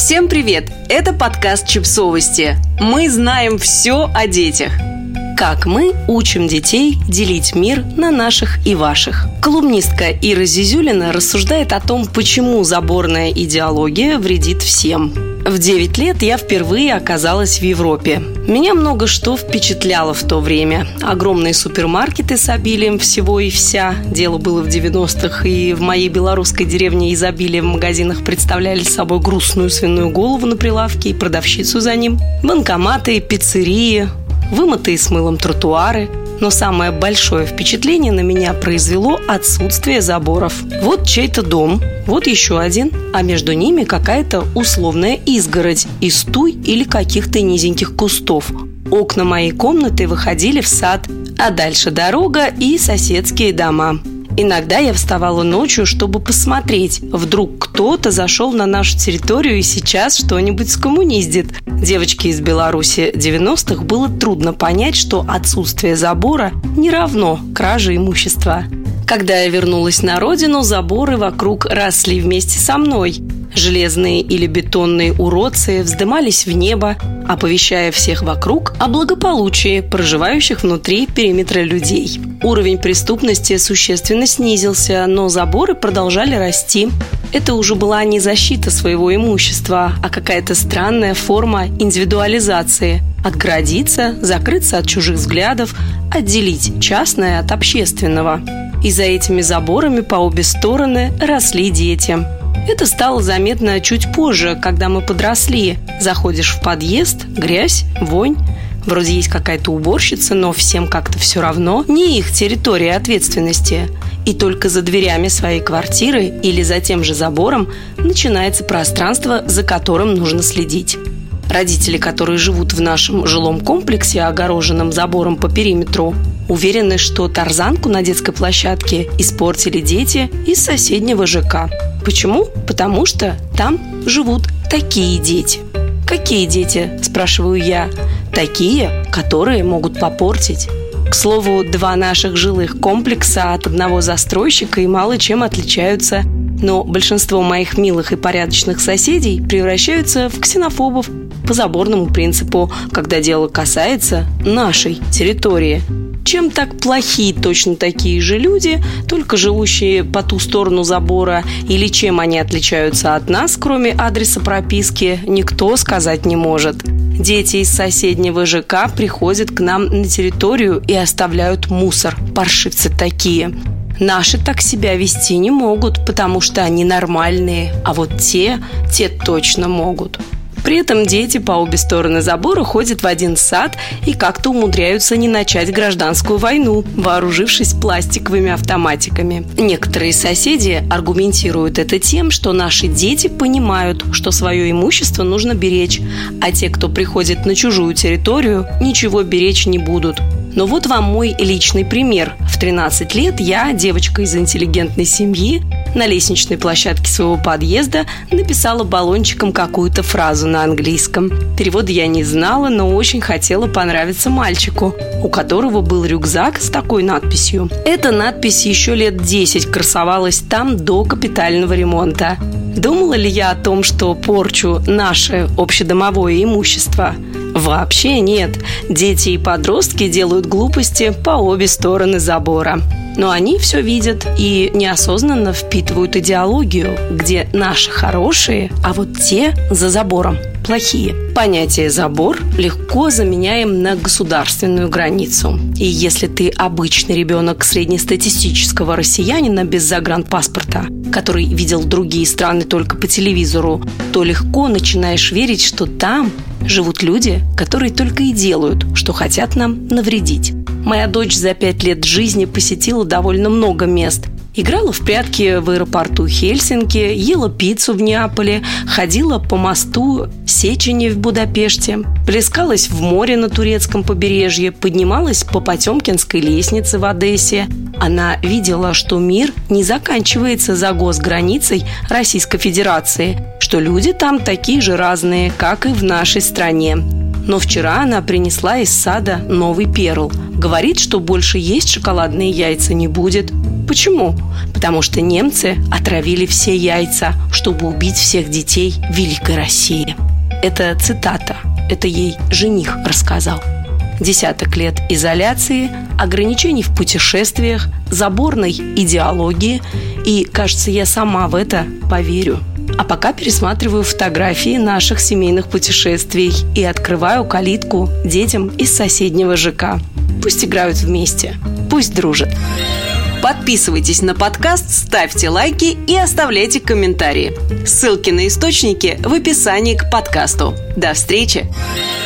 Всем привет! Это подкаст «Чипсовости». Мы знаем все о детях. Как мы учим детей делить мир на наших и ваших. Колумнистка Ира Зизюлина рассуждает о том, почему заборная идеология вредит всем. В 9 лет я впервые оказалась в Европе. Меня много что впечатляло в то время. Огромные супермаркеты с обилием всего и вся. Дело было в 90-х, и в моей белорусской деревне изобилие в магазинах представляли собой грустную свиную голову на прилавке и продавщицу за ним. Банкоматы, пиццерии, вымытые с мылом тротуары. Но самое большое впечатление на меня произвело отсутствие заборов. Вот чей-то дом, вот еще один, а между ними какая-то условная изгородь из туй или каких-то низеньких кустов. Окна моей комнаты выходили в сад, а дальше дорога и соседские дома. Иногда я вставала ночью, чтобы посмотреть, вдруг кто-то зашел на нашу территорию и сейчас что-нибудь скоммуниздит. Девочке из Беларуси 90-х было трудно понять, что отсутствие забора не равно краже имущества. Когда я вернулась на родину, заборы вокруг росли вместе со мной. Железные или бетонные уродцы вздымались в небо, оповещая всех вокруг о благополучии проживающих внутри периметра людей. Уровень преступности существенно снизился, но заборы продолжали расти. Это уже была не защита своего имущества, а какая-то странная форма индивидуализации. Отгородиться, закрыться от чужих взглядов, отделить частное от общественного. И за этими заборами по обе стороны росли дети. Это стало заметно чуть позже, когда мы подросли. Заходишь в подъезд, грязь, вонь. Вроде есть какая-то уборщица, но всем как-то все равно. Не их территория ответственности. И только за дверями своей квартиры или за тем же забором начинается пространство, за которым нужно следить. Родители, которые живут в нашем жилом комплексе, огороженном забором по периметру, уверены, что тарзанку на детской площадке испортили дети из соседнего ЖК. Почему? Потому что там живут такие дети. Какие дети? Спрашиваю я. Такие, которые могут попортить. К слову, 2 наших жилых комплекса от одного застройщика и мало чем отличаются. Но большинство моих милых и порядочных соседей превращаются в ксенофобов по заборному принципу, когда дело касается нашей территории. Чем так плохи точно такие же люди, только живущие по ту сторону забора, или чем они отличаются от нас, кроме адреса прописки, никто сказать не может. Дети из соседнего ЖК приходят к нам на территорию и оставляют мусор. Паршивцы такие. Наши так себя вести не могут, потому что они нормальные, а вот те точно могут. При этом дети по обе стороны забора ходят в один сад и как-то умудряются не начать гражданскую войну, вооружившись пластиковыми автоматиками. Некоторые соседи аргументируют это тем, что наши дети понимают, что свое имущество нужно беречь, а те, кто приходит на чужую территорию, ничего беречь не будут. Но вот вам мой личный пример. В 13 лет я, девочка из интеллигентной семьи, на лестничной площадке своего подъезда написала баллончиком какую-то фразу на английском. Перевода я не знала, но очень хотела понравиться мальчику, у которого был рюкзак с такой надписью. Эта надпись еще лет 10 красовалась там до капитального ремонта. Думала ли я о том, что порчу наше общедомовое имущество? Вообще нет. Дети и подростки делают глупости по обе стороны забора. Но они все видят и неосознанно впитывают идеологию, где наши хорошие, а вот те за забором плохие. Понятие «забор» легко заменяем на государственную границу. И если ты обычный ребенок среднестатистического россиянина без загранпаспорта, который видел другие страны только по телевизору, то легко начинаешь верить, что там живут люди, которые только и делают, что хотят нам навредить. Моя дочь за 5 лет жизни посетила довольно много мест. Играла в прятки в аэропорту Хельсинки, ела пиццу в Неаполе, ходила по мосту Сечени в Будапеште, плескалась в море на турецком побережье, поднималась по Потемкинской лестнице в Одессе. Она видела, что мир не заканчивается за госграницей Российской Федерации, что люди там такие же разные, как и в нашей стране. Но вчера она принесла из сада новый перл. Говорит, что больше есть шоколадные яйца не будет. Почему? Потому что немцы отравили все яйца, чтобы убить всех детей Великой России. Это цитата. Это ей жених рассказал. 10 лет изоляции, ограничений в путешествиях, заборной идеологии. И, кажется, я сама в это поверю. А пока пересматриваю фотографии наших семейных путешествий и открываю калитку детям из соседнего ЖК. Пусть играют вместе, пусть дружат. Подписывайтесь на подкаст, ставьте лайки и оставляйте комментарии. Ссылки на источники в описании к подкасту. До встречи!